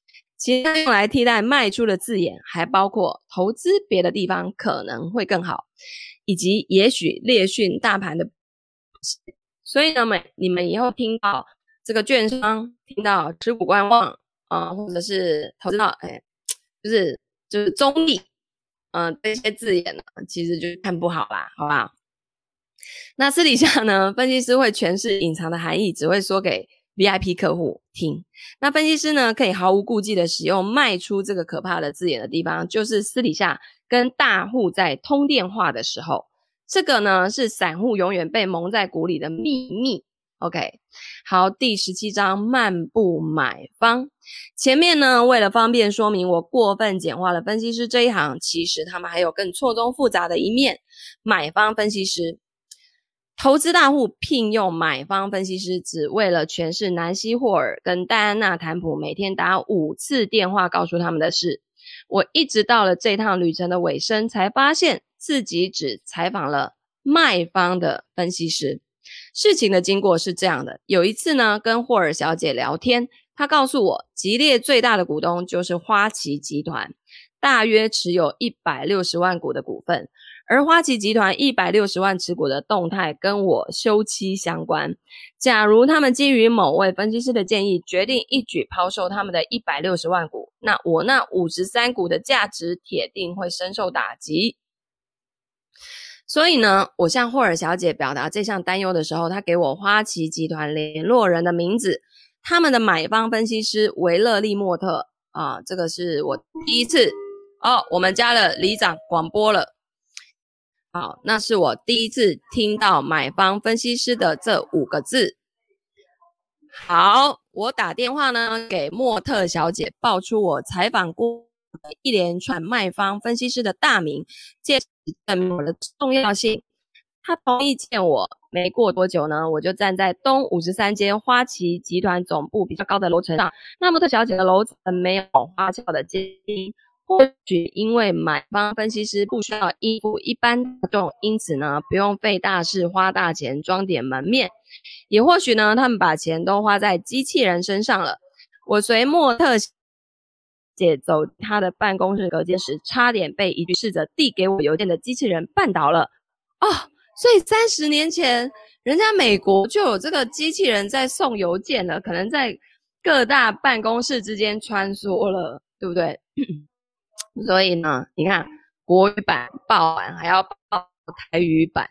其他用来替代卖出的字眼还包括投资别的地方可能会更好，以及也许列训大盘的。所以呢，你们以后听到这个券商，听到持股观望啊、呃，或者是投资到哎，就是就是中立，嗯、呃，这些字眼呢，其实就是看不好啦，好不好？那私底下呢，分析师会诠释隐藏的含义，只会说给 V I P 客户听。那分析师呢，可以毫无顾忌的使用卖出这个可怕的字眼的地方，就是私底下跟大户在通电话的时候。这个呢，是散户永远被蒙在鼓里的秘密。OK， 好，第十七章漫步买方。前面呢，为了方便说明我过分简化了分析师这一行，其实他们还有更错综复杂的一面。买方分析师，投资大户聘用买方分析师，只为了诠释南希霍尔跟戴安娜坦普每天打五次电话告诉他们的事。我一直到了这趟旅程的尾声，才发现自己只采访了卖方的分析师。事情的经过是这样的，有一次呢，跟霍尔小姐聊天，她告诉我，吉列最大的股东就是花旗集团，大约持有一百六十万股的股份，而花旗集团一百六十万持股的动态跟我休戚相关。假如他们基于某位分析师的建议，决定一举抛售他们的一百六十万股，那我那五十三股的价值铁定会深受打击。所以呢，我向霍尔小姐表达这项担忧的时候，她给我花旗集团联络人的名字，他们的买方分析师维勒利莫特啊，这个是我第一次哦，我们家的里长广播了。好，那是我第一次听到买方分析师的这五个字。好，我打电话呢给莫特小姐，报出我采访过一连串卖方分析师的大名，借此证明我的重要性。他同意见我，没过多久呢，我就站在东五十三间花旗集团总部比较高的楼层上。那莫特小姐的楼层没有花轿的阶梯，或许因为买方分析师不需要应付一般大众，因此呢，不用费大事花大钱装点门面。也或许呢，他们把钱都花在机器人身上了。我随莫特姐走她的办公室隔间时，差点被一句试着递给我邮件的机器人绊倒了。哦，所以三十年前，人家美国就有这个机器人在送邮件了，可能在各大办公室之间穿梭了，对不对？所以呢，你看国语版报完还要报台语版，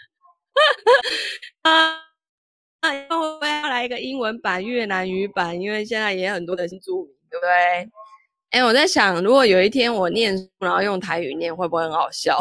啊，那以后会不会要来一个英文版、越南语版？因为现在也很多的新住民，对不对？哎，我在想，如果有一天我念书，然后用台语念，会不会很好笑？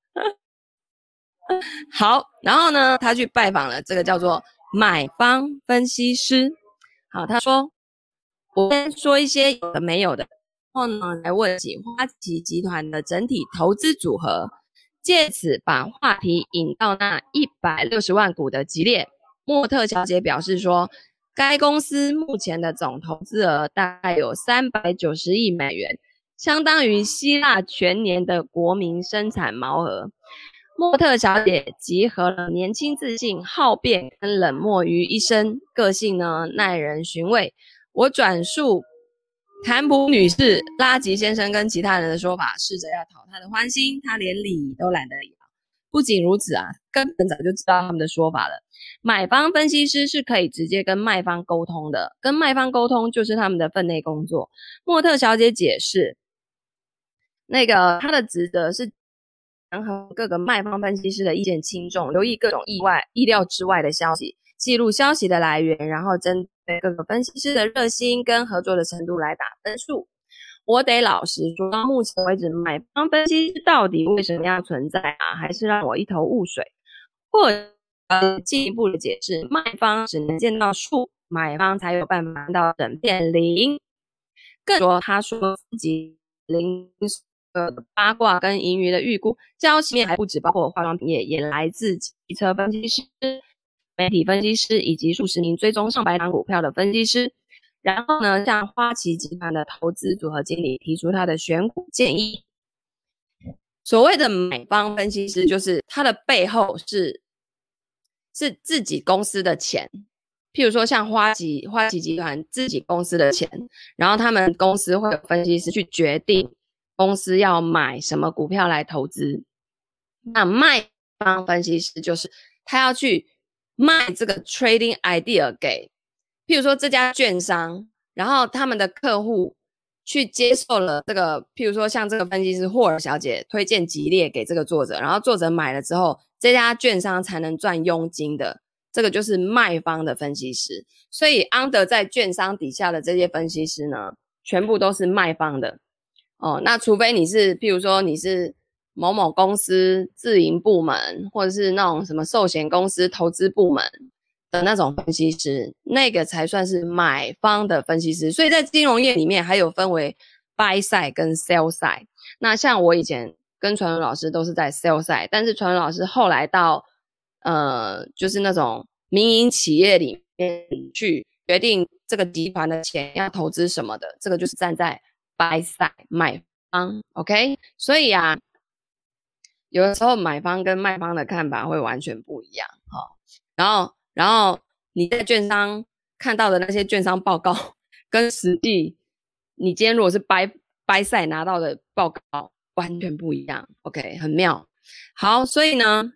好，然后呢，他去拜访了这个叫做买方分析师。好，他说，我先说一些有的没有的，然后呢，来问起花旗集团的整体投资组合，借此把话题引到那一百六十万股的吉列。莫特小姐表示说，该公司目前的总投资额大概有三百九十亿美元，相当于希腊全年的国民生产毛额。莫特小姐集合了年轻自信、好辩跟冷漠于一身，个性呢耐人寻味。我转述坎普女士、拉吉先生跟其他人的说法，试着要讨她的欢心，她连理都懒得理。不仅如此啊，根本早就知道他们的说法了。买方分析师是可以直接跟卖方沟通的，跟卖方沟通就是他们的分内工作。莫特小姐解释，那个她的职责是平衡各个卖方分析师的意见轻重，留意各种意外、意料之外的消息，记录消息的来源，然后针对各个分析师的热心跟合作的程度来打分数。我得老实说，到目前为止，买方分析师到底为什么要存在啊？还是让我一头雾水。或者呃进一步的解释，卖方只能见到树，买方才有办法看到整片林。更说，他说自己林的八卦跟盈余的预估，消息面还不止包括化妆品业，也来自汽车分析师、媒体分析师以及数十名追踪上百档股票的分析师。然后呢，向花旗集团的投资组合经理提出他的选股建议。所谓的买方分析师，就是他的背后是是自己公司的钱， 譬如说像花旗花旗集团自己公司的钱，然后他们公司会有分析师去决定公司要买什么股票来投资。那卖方分析师就是他要去卖这个 trading idea 给，譬如说这家券商，然后他们的客户去接受了这个，譬如说像这个分析师霍尔小姐推荐吉列给这个作者，然后作者买了之后，这家券商才能赚佣金的，这个就是卖方的分析师。所以 under 在券商底下的这些分析师呢，全部都是卖方的哦。那除非你是譬如说你是某某公司自营部门，或者是那种什么寿险公司投资部门的那种分析师，那个才算是买方的分析师。所以在金融业里面还有分为 buy side 跟 sell side。那像我以前跟传文老师都是在 sell side， 但是传文老师后来到呃就是那种民营企业里面去决定这个集团的钱要投资什么的，这个就是站在 buy side 买方 OK。 所以啊有的时候买方跟卖方的看法会完全不一样、哦、然后然后你在券商看到的那些券商报告跟实际你今天如果是 buy buy side 拿到的报告完全不一样 OK， 很妙。好，所以呢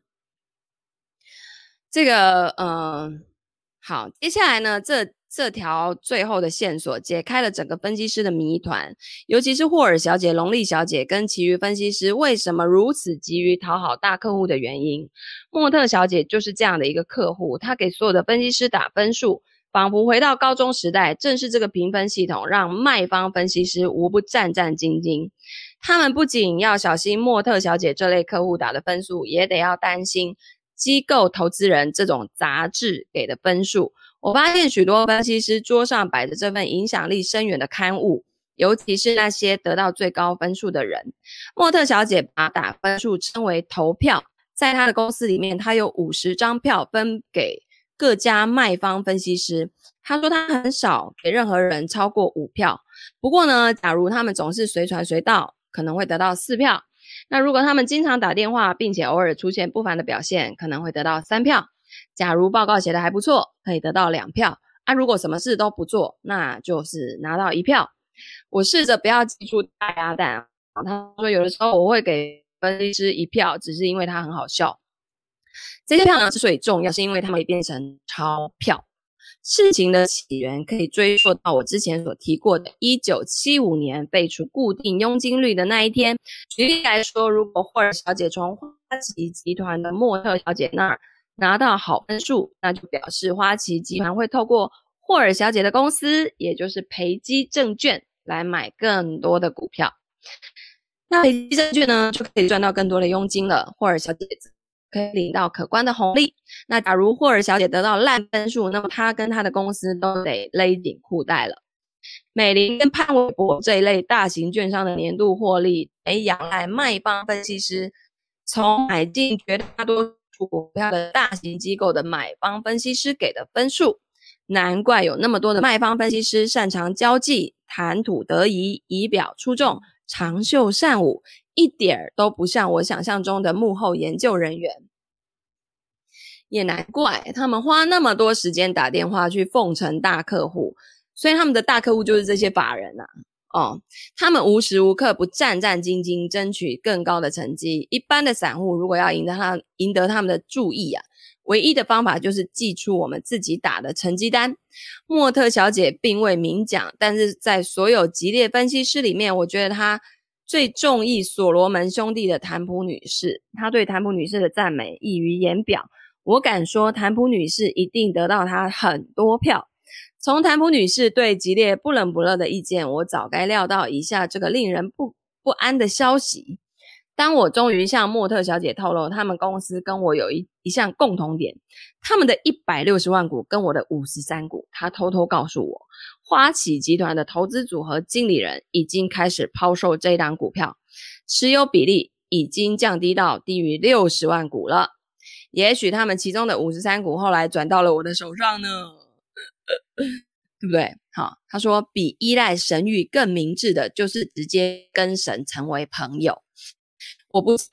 这个呃好，接下来呢这这条最后的线索解开了整个分析师的谜团，尤其是霍尔小姐、龙丽小姐跟其余分析师为什么如此急于讨好大客户的原因。莫特小姐就是这样的一个客户，她给所有的分析师打分数，仿佛回到高中时代，正是这个评分系统让卖方分析师无不战战兢兢。他们不仅要小心莫特小姐这类客户打的分数，也得要担心机构投资人这种杂志给的分数。我发现许多分析师桌上摆着这份影响力深远的刊物，尤其是那些得到最高分数的人。莫特小姐把打分数称为投票，在她的公司里面，她有五十张票分给各家卖方分析师。她说她很少给任何人超过五票，不过呢，假如他们总是随传随到，可能会得到四票。那如果他们经常打电话，并且偶尔出现不凡的表现，可能会得到三票。假如报告写得还不错，可以得到两票啊。如果什么事都不做，那就是拿到一票。我试着不要记住大鸭蛋，他说有的时候我会给分析师一票，只是因为他很好笑。这些票呢之所以重要，是因为他们会变成钞票。事情的起源可以追溯到我之前所提过的一九七五年废除固定佣金率的那一天。举例来说，如果霍尔小姐从花旗集团的莫特小姐那儿拿到好分数，那就表示花旗集团会透过霍尔小姐的公司，也就是培基证券来买更多的股票。那培基证券呢，就可以赚到更多的佣金了，霍尔小姐可以领到可观的红利。那假如霍尔小姐得到烂分数，那么她跟她的公司都得勒紧裤带了。美林跟潘玮柏这一类大型券商的年度获利，得仰赖卖方分析师从买进绝大多数股票的大型机构的买方分析师给的分数。难怪有那么多的卖方分析师擅长交际，谈吐得宜，仪表出众，长袖善舞，一点都不像我想象中的幕后研究人员。也难怪他们花那么多时间打电话去奉承大客户，所以他们的大客户就是这些法人啊。哦，他们无时无刻不战战兢兢争取更高的成绩。一般的散户如果要赢得他赢得他们的注意啊，唯一的方法就是寄出我们自己打的成绩单。莫特小姐并未明讲，但是在所有激烈分析师里面，我觉得她最中意所罗门兄弟的谭普女士。她对谭普女士的赞美溢于言表，我敢说谭普女士一定得到她很多票。从谭普女士对吉列不冷不热的意见，我早该料到以下这个令人不不安的消息。当我终于向莫特小姐透露他们公司跟我有一一项共同点，他们的一百六十万股跟我的五十三股，她偷偷告诉我，花旗集团的投资组合经理人已经开始抛售这档股票，持有比例已经降低到低于六十万股了。也许他们其中的五十三股后来转到了我的手上呢。对不对？好，他说比依赖神谕更明智的就是直接跟神成为朋友。我不知道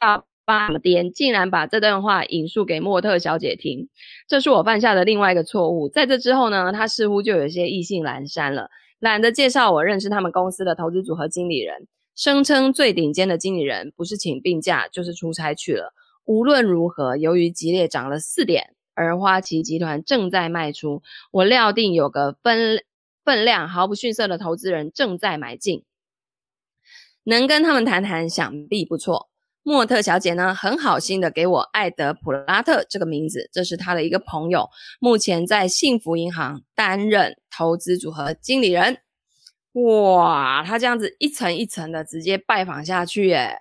发癫，竟然把这段话引述给莫特小姐听，这是我犯下的另外一个错误。在这之后呢，他似乎就有些意兴阑珊了，懒得介绍我认识他们公司的投资组合经理人，声称最顶尖的经理人不是请病假就是出差去了。无论如何，由于激烈涨了四点，而花旗集团正在卖出，我料定有个分分量毫不逊色的投资人正在买进，能跟他们谈谈想必不错。莫特小姐呢，很好心的给我艾德普拉特这个名字，这是她的一个朋友，目前在幸福银行担任投资组合经理人。哇，他这样子一层一层的直接拜访下去耶。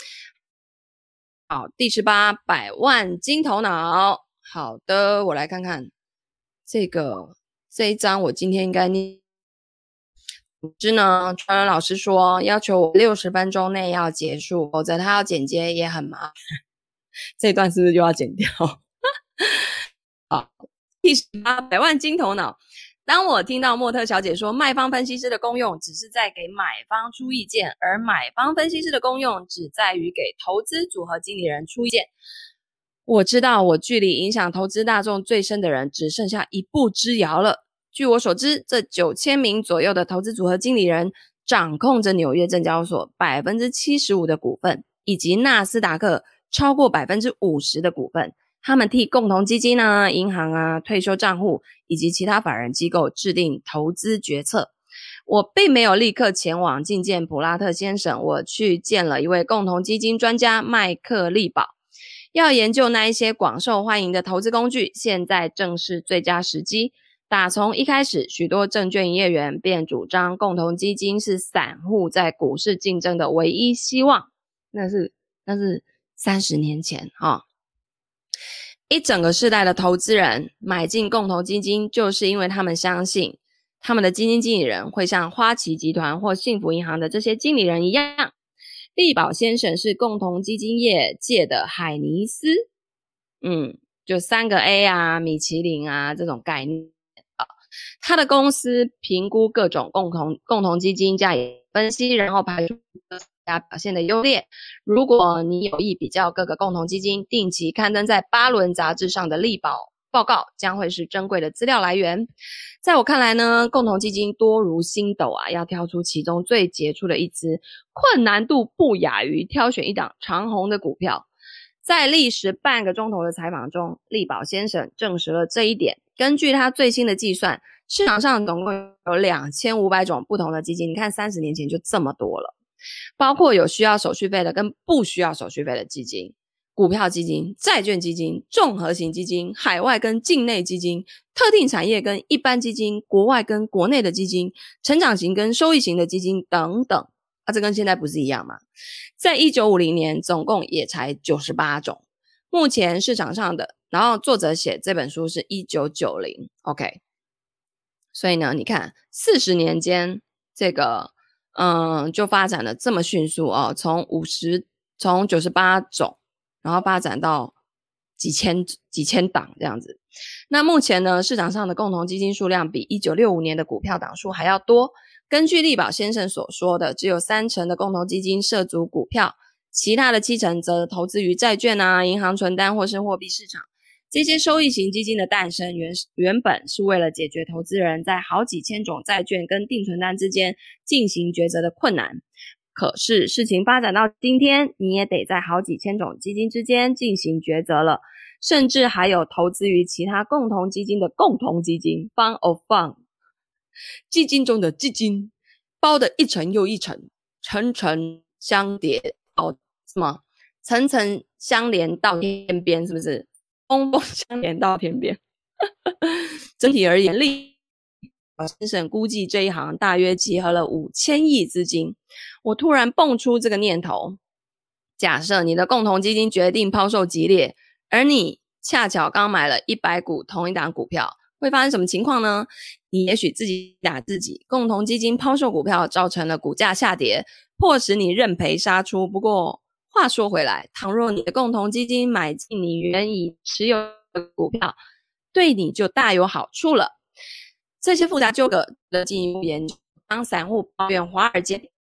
好，第十八，百万金头脑。好的，我来看看这个这一章，我今天应该念。总之呢，传人老师说要求我六十分钟内要结束，否则他要剪接也很麻烦。这一段是不是就要剪掉？好，第十八，百万金头脑。当我听到莫特小姐说卖方分析师的功用只是在给买方出意见，而买方分析师的功用只在于给投资组合经理人出意见，我知道我距离影响投资大众最深的人只剩下一步之遥了。据我所知，这九千名左右的投资组合经理人掌控着纽约证交所 百分之七十五 的股份，以及纳斯达克超过 百分之五十 的股份。他们替共同基金啊、银行啊、退休账户以及其他法人机构制定投资决策。我并没有立刻前往觐见普拉特先生，我去见了一位共同基金专家麦克利堡，要研究那一些广受欢迎的投资工具。现在正是最佳时机。打从一开始，许多证券营业员便主张共同基金是散户在股市竞争的唯一希望。那是那是三十年前哈、哦。一整个世代的投资人买进共同基金，就是因为他们相信他们的基金经理人会像花旗集团或幸福银行的这些经理人一样。利堡先生是共同基金业界的海尼斯，嗯，就三个 A 啊、米其林啊这种概念。他的公司评估各种共同共同基金加以分析，然后排除各家表现的优劣。如果你有意比较各个共同基金，定期刊登在巴伦杂志上的利堡报告将会是珍贵的资料来源。在我看来呢，共同基金多如星斗啊，要挑出其中最杰出的一支，困难度不亚于挑选一档长红的股票。在历时半个钟头的采访中，利堡先生证实了这一点。根据他最新的计算，市场上总共有两千五百种不同的基金，你看三十年前就这么多了，包括有需要手续费的跟不需要手续费的基金，股票基金、债券基金、综合型基金、海外跟境内基金、特定产业跟一般基金、国外跟国内的基金、成长型跟收益型的基金等等。啊，这跟现在不是一样吗？在一九五零年总共也才九十八种。目前市场上的，然后作者写这本书是一九九零 OK。 所以呢，你看四十年间这个嗯就发展的这么迅速哦，从五十从九十八种，然后发展到几千几千档这样子。那目前呢，市场上的共同基金数量比一九六五年的股票档数还要多。根据利堡先生所说的，只有三成的共同基金涉足股票，其他的七成则投资于债券啊、银行存单或是货币市场。这些收益型基金的诞生 原, 原本是为了解决投资人在好几千种债券跟定存单之间进行抉择的困难。可是事情发展到今天，你也得在好几千种基金之间进行抉择了，甚至还有投资于其他共同基金的共同基金 Fund of Fund， 基金中的基金，包的一层又一层，层层相叠到什么？层层相连到天边，是不是？峰峰相连到天边。整体而言，利堡先生估计这一行大约集合了五千亿资金。我突然蹦出这个念头，假设你的共同基金决定抛售激烈，而你恰巧刚买了一百股同一档股票，会发生什么情况呢？你也许自己打自己，共同基金抛售股票造成了股价下跌，迫使你认赔杀出。不过话说回来，倘若你的共同基金买进你原已持有的股票，对你就大有好处了。这些复杂纠葛的进一步研究，当散户抱怨华尔街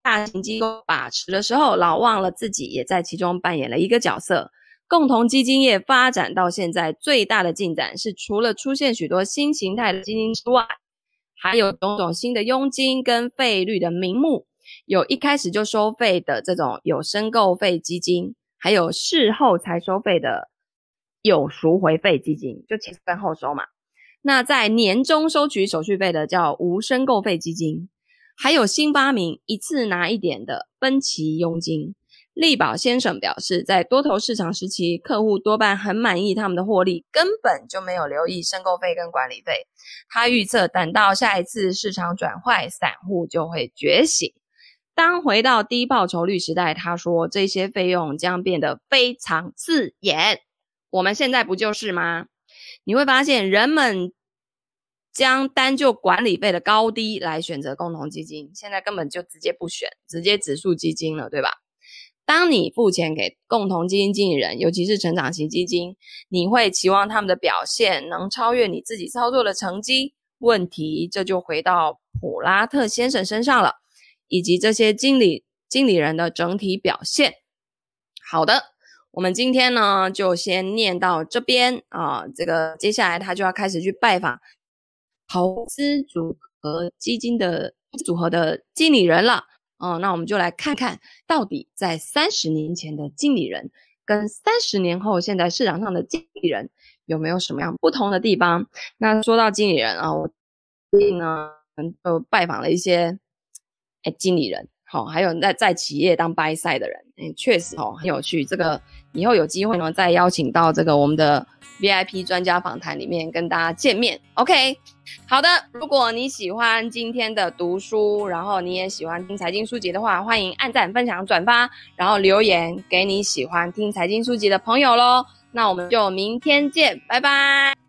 大型机构把持的时候，老忘了自己也在其中扮演了一个角色。共同基金业发展到现在最大的进展是，除了出现许多新形态的基金之外，还有种种新的佣金跟费率的名目，有一开始就收费的这种有申购费基金，还有事后才收费的有赎回费基金，就前跟后收嘛。那在年终收取手续费的叫无申购费基金，还有新发明一次拿一点的分期佣金。力宝先生表示，在多头市场时期，客户多半很满意他们的获利，根本就没有留意申购费跟管理费。他预测等到下一次市场转坏，散户就会觉醒。当回到低报酬率时代，他说这些费用将变得非常刺眼。我们现在不就是吗？你会发现人们将单就管理费的高低来选择共同基金，现在根本就直接不选，直接指数基金了，对吧？当你付钱给共同基金经理人，尤其是成长型基金，你会期望他们的表现能超越你自己操作的成绩。问题这就回到普拉特先生身上了，以及这些经理经理人的整体表现。好的，我们今天呢就先念到这边啊，这个接下来他就要开始去拜访投资组合基金的组合的经理人了。哦，那我们就来看看到底在三十年前的经理人跟三十年后现在市场上的经理人有没有什么样不同的地方。那说到经理人啊，我最近呢就拜访了一些哎经理人，好、哦，还有在在企业当 buy side 的人，哎，确实哦很有趣。这个以后有机会呢再邀请到这个我们的 V I P 专家访谈里面跟大家见面。OK， 好的，如果你喜欢今天的读书，然后你也喜欢听财经书籍的话，欢迎按赞、分享、转发，然后留言给你喜欢听财经书籍的朋友咯。那我们就明天见，拜拜。